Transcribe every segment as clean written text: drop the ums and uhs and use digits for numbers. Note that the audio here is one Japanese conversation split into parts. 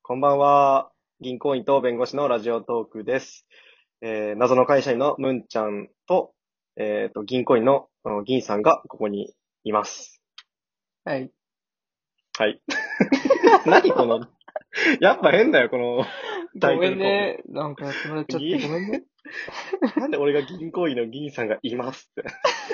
こんばんは。銀行員と弁護士のラジオトークです。謎の会社員のムンちゃんと、銀行員の銀さんがここにいます。 はい。 はい。何この、やっぱ変だよ、このタごめイトルコール。 んね。なんかやってもらっちゃってごめんね。 なんで俺が銀行員の銀さんがいますって。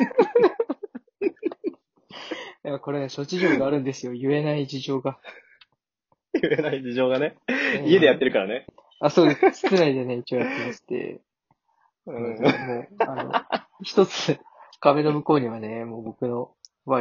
いや、これ、諸事情があるんですよ。言えない事情が。 言えない事情がね。 う家でやってん。 るからね。 そうです。室内でね、一応やってまして。 うん。 ごめんなさい。もう、一つ、壁の向こうにはね、もう僕の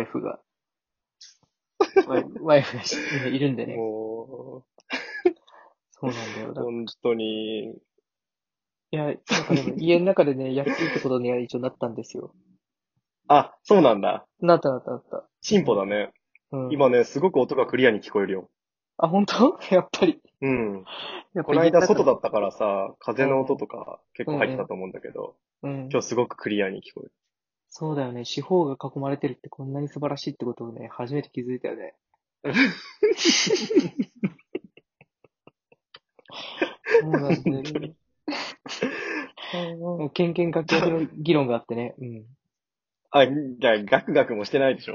ワイフがいるんでね。 もそうなんだよ。 う、本当に、 いや、なんかでも家の中でね、やっていいってことには一応なったんですよ。 あ、そうなんだ。 なった。 進歩だね。 うん。うん。 今ね、すごく音がクリアに聞こえるよ。 本当やっぱり。 うん。 やっぱこの間家の中で。 外だったからさ、風の音うん。 とか結構入ってうんたと思うんだけど、 うん。うん。 今日すごくクリアに聞こえそうだよね。四方が囲まれてるってこんなに素晴らしいってことをね、初めて気づいたよね。 る。 そうなんだよね。 本当に。 もう、けんけんがくがくの議論があってね。うん。 あ、じゃあ、ガクガクもしてないでしょ。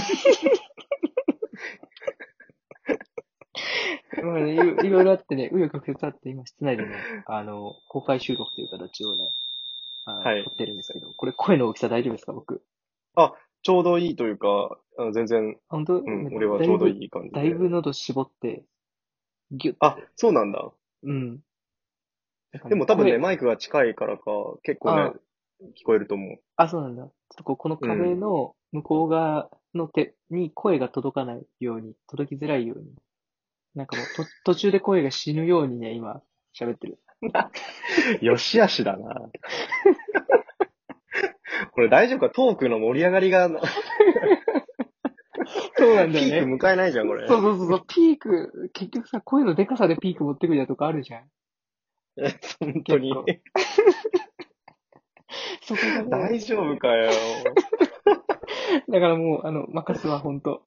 まあね、いろいろあってね、紆余曲折あって、今室内でね、公開収録という形をね、 はい。 撮ってるんですけど、これ声の大きさ大丈夫ですか、僕？ あ、ちょうどいいというか、全然、 本当、 うん、俺はちょうどいだいぶ、 い感じで。 だいぶ喉絞って、ギュッあ、 て。 そうなんだ。 うん。なんかね、 でも多分ね、マイクが近いからか、結構ね、 あ、 聞こえると思う。 そうなんだ。ちょっとこのうん。 壁の向こう側の手に声が届かないように、届きづらいように、なんかもう途中で声が死ぬようにね、今、喋ってる。 よしあしだな。これ大丈夫か？トークの盛り上がりが、 そうなんだよピークね。 迎えないじゃん、これ。 そう、ピーク、結局さ、声のでかさでピーク持ってくるやとかあるじゃん。 本当に。 結構。そこがね、 大丈夫かよ。 だからもう、任すわ、ほんと。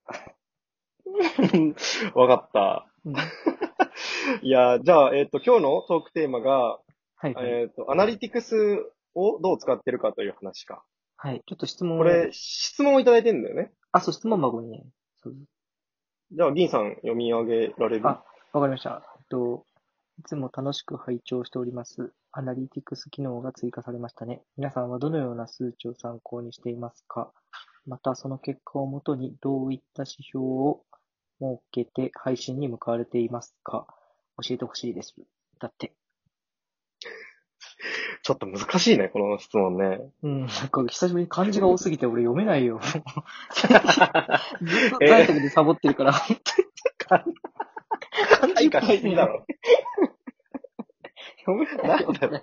わかった。 うん。 いや、じゃあ、今日のトークテーマが、 はいはい。 アナリティクスをどう使ってるかという話か。 はい。ちょっと質問を。 これ、質問をいただいてるんだよね。 そう、質問箱にね。そう。 じゃあ、銀さん読み上げられる？ わかりました。いつも楽しく拝聴しております。アナリティクス機能が追加されましたね。皆さんはどのような数値を参考にしていますか？また、その結果をもとにどういった指標を設けて配信に向かわれていますか？教えてほしいです。だって。 ちょっと難しいね、この質問ね。 うん、なんか久しぶりに漢字が多すぎて俺読めないよ。ずっと在え、 宅でサボってるから、漢字いっ開花ぱいでしすぎだろ。 読めないよ、 なんだろこれ。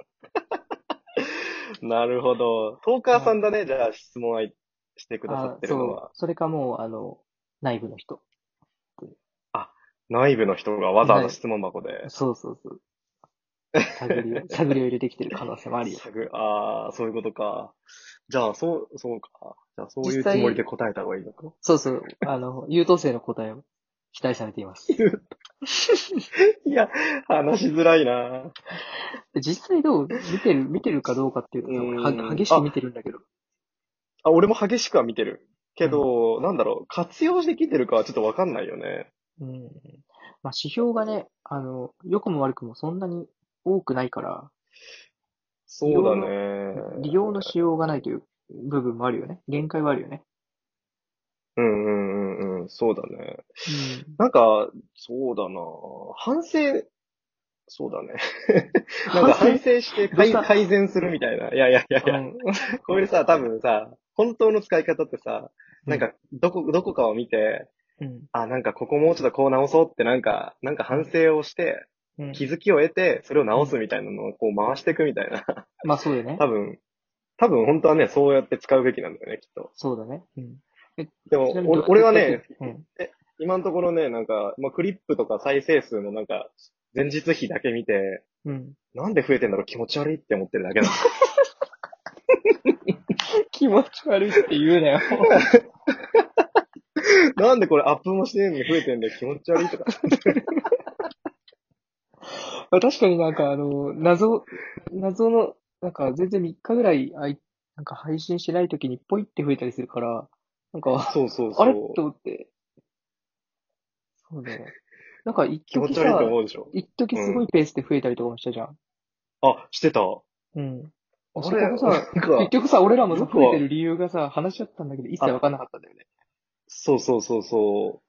う。なるほど。トーカーさんだね、じゃあ質問はしてくださってるのそう。 は。 それかもう、内部の人。 あ、内部の人がわざわざ質問箱で。 そう。探りを入れてきてる可能性もあるよ。 そういうことか。じゃあ、そうか。じゃあ、そういうつもり実際、 で答えた方がいいのか。 そう、優等生の答えを期待されています。 いや、話しづらいな。 で実際どう見てるかどうかっていうとさ、俺激しく見てるんだけど。 俺も激しくは見てる。けうん。 ど、なんだろう、活用できてるかはちょっとわかんないよね。 うん。まあ、指標がね、良くも悪くもそんなに多くないから、利そうだ用の、利ね。 用のしようがないという部分もあるよね。限界はあるよね。 そうだね。 うん。 なんか、そうだな。反省、そうだね。なんか反反省省してどうした？ 改善するみたいな。いや。 うん。 これさ、多分さ、本当の使い方ってさ、 うん。 なんか、どこかを見て、 うん。 なんかここもうちょっとこう直そうってなんか反省をして、 うん。 気づきを得て、それをうん。 直すみたいなのをこう回していくみたいな。 まあ、そうよね。 多分、本当はね、そうやって使うべきなんだよね、きっと。 そうだね。うん。え、 でも、 ちなみに俺はね、 どうやって、うん。 今のところね、なんか、まあ、クリップとか再生数のなんか、前日比だけ見て、 うん。 なんで増えてんだろう気持ち悪いって思ってるだけなんだよ。 気持ち悪いって言うなよ。 なんでこれアップもしてんのに増えてんだよ気持ち悪いとか。 確かになんか謎の、なんか全然3日ぐらいなんか配信してない時にポイって増えたりするから、なんか、 そうそうあれそう。 と思って、そうね。なんか一気持ち悪いと時さ、 思うでしょ。 一時うん。 すごいペースで増えたりとかもしたじゃん。 あ、してた。 うん。 あれ、 そこがさ、 なんか、 結局さ、俺らもさ、 よくは、 増えてる理由がさ、話し合ったんだけど、一切わかんなあ、 かったんだよね。 そうそうそうそう。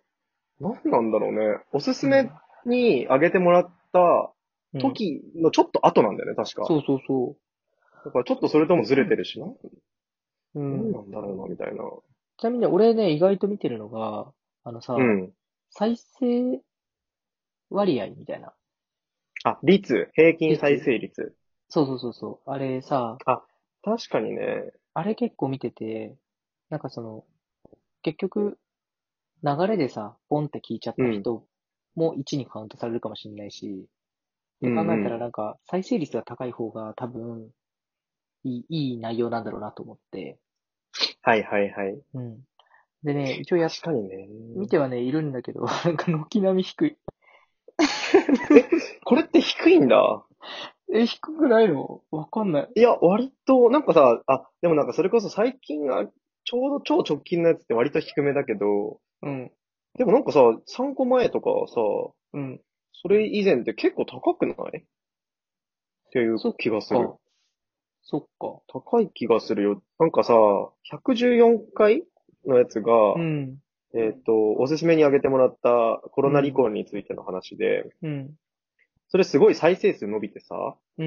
なんなんだろうね。おすすめうん。 にあげてもらったうん。 時のちょっと後なんだよね、確か。 そうそうそだからちょっとそれともずれう。 てるしな。 うん。 なんなんだろうな、みたいな。 ちなみに俺ね、意外と見てるのが、さ、 うん。 再生割合みたいなあ、平均再率。 生率。 そうそうそうそう。あれさ、 あ、確かにね。 あれ結構見てて、なんか結局、流れでさ、ポンって聞いちゃっうん。 た人も1にカウントされるかもしれないし、っうんて考えうん。 たらなんか、再生率が高い方が多分、いい内容なんだろうなと思って。 はいはいはい。 うん。でね、一応確かにね。 見てはね、いるんだけど、なんか軒並み低い。 え、これって低いんだ。 低くないのわかんない。 いや、割と、なんかさ、でもなんかそれこそ最近が、ちょうど超直近のやつって割と低めだけど、 うん、 でもなんかさ、3個前とかさ、 うん。 それ以前って結構高くないっていうそっ気がする。 か、そっか。 高い気がするよ。なんかさ、114回のやつが、 うん、 おすすめに挙げてもらったコロナリうん、 コールについての話で、 うん、 それすごい再生数伸びてさ、 うん、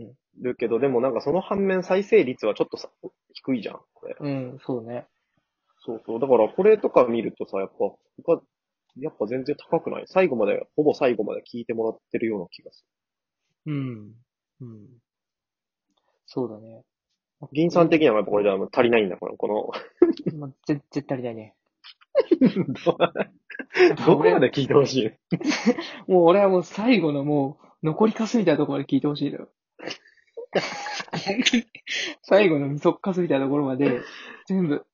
るけど、でもなんかその反面再生率はちょっとさ、低いじゃん、これ。 うん、うん、そうね。 そうそう。だからこれとか見るとさ、やっぱ全然高くない最後まで、ほぼ最後まで聞いてもらってるような気がすうん、うん。そうだね。 る。銀さん的にはやっぱこれじゃ足りないんだ、こまあ、絶対足りないね。 のやっぱ俺、 どこまで聞いてほしいもう俺はもう最後のもう、残りかすみたいなところまで聞いてほしいのよ。最後の味噌かすみたいなところまで、全部。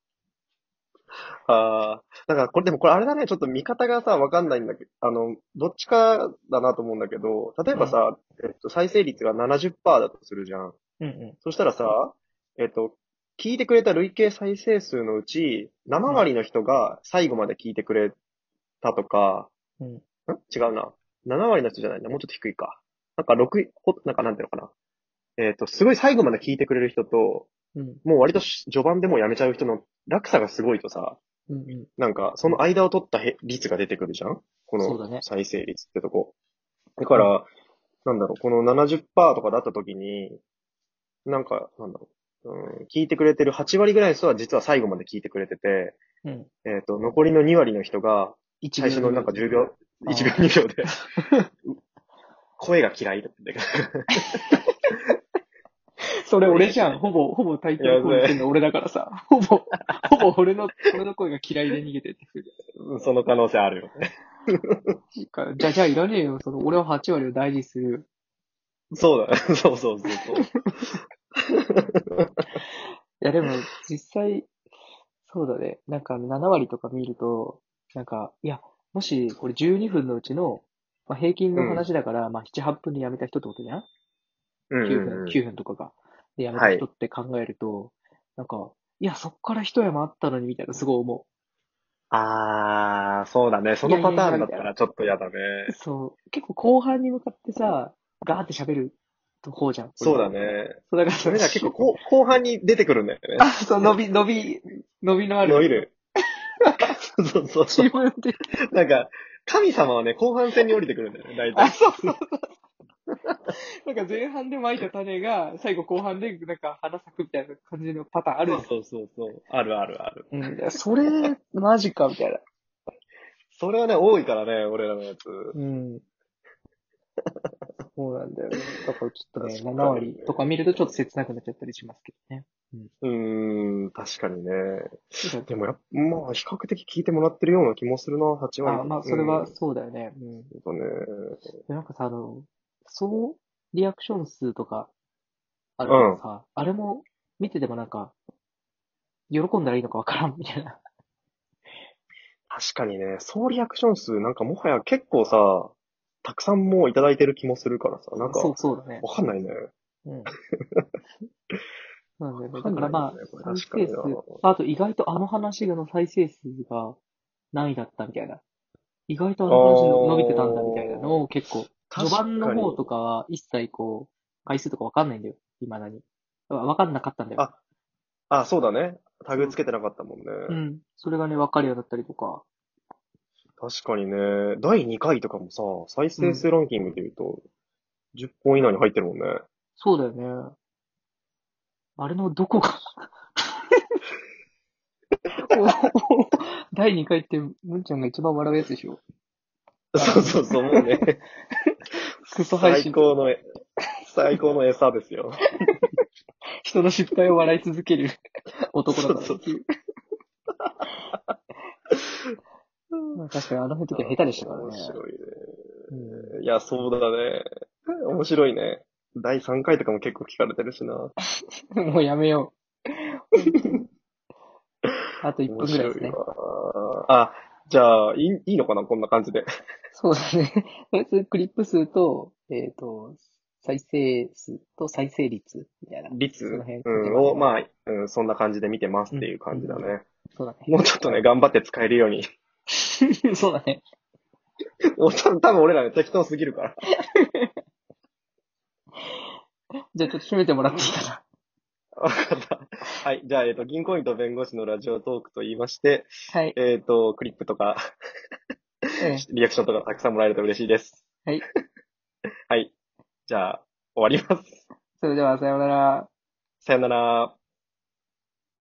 だからでもこれあれだね、ちょっと見方がさ、わかんないんだけど、どっちかだなと思うんだけど、例えうん、 ばさ、再生率が70%だとするじゃん。 うん、 そしたらさ、えっと、聞いてくれた累計再生数のうち、7 うん、 割の人が最後まで聞いてくれたとか、 うん、 違うな。7割の人じゃないな。もうちょっと低いか。なんか6、なんかなんていうのかな。すごい最後まで聞いてくれる人と、 うん、 もう割と序盤でもうやめちゃう人の落差がすごいとさ、 うん、うん。 なんかその間を取った率が出てくるじゃんこのそうだね。 再生率ってとこ。だかうん、 ら、なんだろう、この70%とかだった時に、なんか、なんだろう、聞いてくれてる8割ぐらいの人は実は最後まで聞いてくれてて、 うん。 残りの2割の人が、 1秒、 最初のなん 2秒。 か10秒、1秒ああ。 2秒で、声が嫌いだって。 それ俺じゃん。 声が嫌い。 ほぼタイいや、 トルコールしてんの俺だからさ。ほぼ俺の声が嫌いで逃げてってくる。 その可能性あるよね。 じゃあいらねえよ。俺は8割を大事にする。 そうだ、そうそうそうそう。 いやでも、実際、そうだね。なんか7割とか見ると、なんか、いや、もしこれ12分のうちの、まあ、平均のうん。 話だから、まあ7、8分で辞めた人ってことじゃん？ うん 9 分、 うんうん。 9分とかが。で辞めたはい。 人って考えると、なんか、いや、そっから一山あったのにみたいなすごい思そうだね。 う。 そのパターいやいやいや、みたいな。 ンだったらちょっと嫌だね。 そう。結構後半に向かってさ、ガーって喋る方じゃん、俺そうだら。 ね。 そう、だから俺ら結構後半に出てくるんだよね。 そう、伸びのある。 伸びる。そうそうそ自う。 分で。 なんか、神様はね、後半戦に降りてくるんだよね、大あ、 体。 そうそう。なんか前半で蒔いた種が、最後後半でなんか花咲くみたいな感じのパターンあるじそうそうそうそう。あるあるある。 ゃん。うん。いやそれ、マジか、みたいな。 それはね、多いからね、俺らのやつ。 うん。そうなんだよね。だからちょっとね、7 確かにね。 割とか見るとちょっと切なくなっちゃったりしますけどね。うん。 確かにね。 てか、 でもまあ、比較的聞いてもらってるような気もするな、8割あ、 とか。 まあ、それはそうだよね。うん。 そうだね。 で、なんかさ、リアクション数とかあるうん。 けどさ、あれも見ててもなんか、喜んだらいいのかわからんみたいな。 確かにね、総リアクション数、なんかもはや結構さ、 たくさんもういただいてる気もするからさ、なんか、 そうだね。 わかんないね。 うん。なんだよね。 わかんないよね、これ再確かにな。 生数、あと意外とあの話の再生数が何位だったみたいな。意外とああの話の伸びてたんだみたいなのー、 を結構、序確盤のかに。 方とかは一切こう、回数とかわかんないんだよ。未だに。わかんなかったんだよ。 あ、そうだね。タそう。 グつけてなかったもんね。 うん。それがね、わかるようになったりとか。 確かにね。第2回とかもさ、再うん。 生数ランキングで言うと、10本以内に入ってるもんね。 そうだよね。あれのどこがお第2回って、むんちゃんが一番笑うやつでしょ。 そうそうそう、もうね、 クソ配信とか。 最高の餌ですよ。 人の失敗を笑い続ける男だそうそうそう。 からっていう。まあ確かにあの時は下手でしたからね。 面白いね。 うん。 いや、そうだね。面白いね。第3回とかも結構聞かれてるしな。 もうやめよう。本当に。あと1 面分ぐらい白いですね。 わ。じゃあ、いいのかなこんな感じで。 そうだね。とりあえずクリップ数と、再生数と再生率みたいな。その率、 辺うん、を、 言葉で。 まあ、うん、そんな感じで見てますうん。 っていううん。 感じだね。 そうだね。 もうちょっとね、頑張って使えるように。 そうだね。 もう多分俺らね、適当すぎるから。 じゃあちょっと締めてもらっていいかな。 わかった。はい。じゃあ、銀行員と弁護士のラジオトークと言いまして、 はい。 クリップとか、 うん。 リアクションとかたくさんもらえると嬉しいです。 はい。 はい。じゃあ、終わります。 それではさようなら。 さよなら。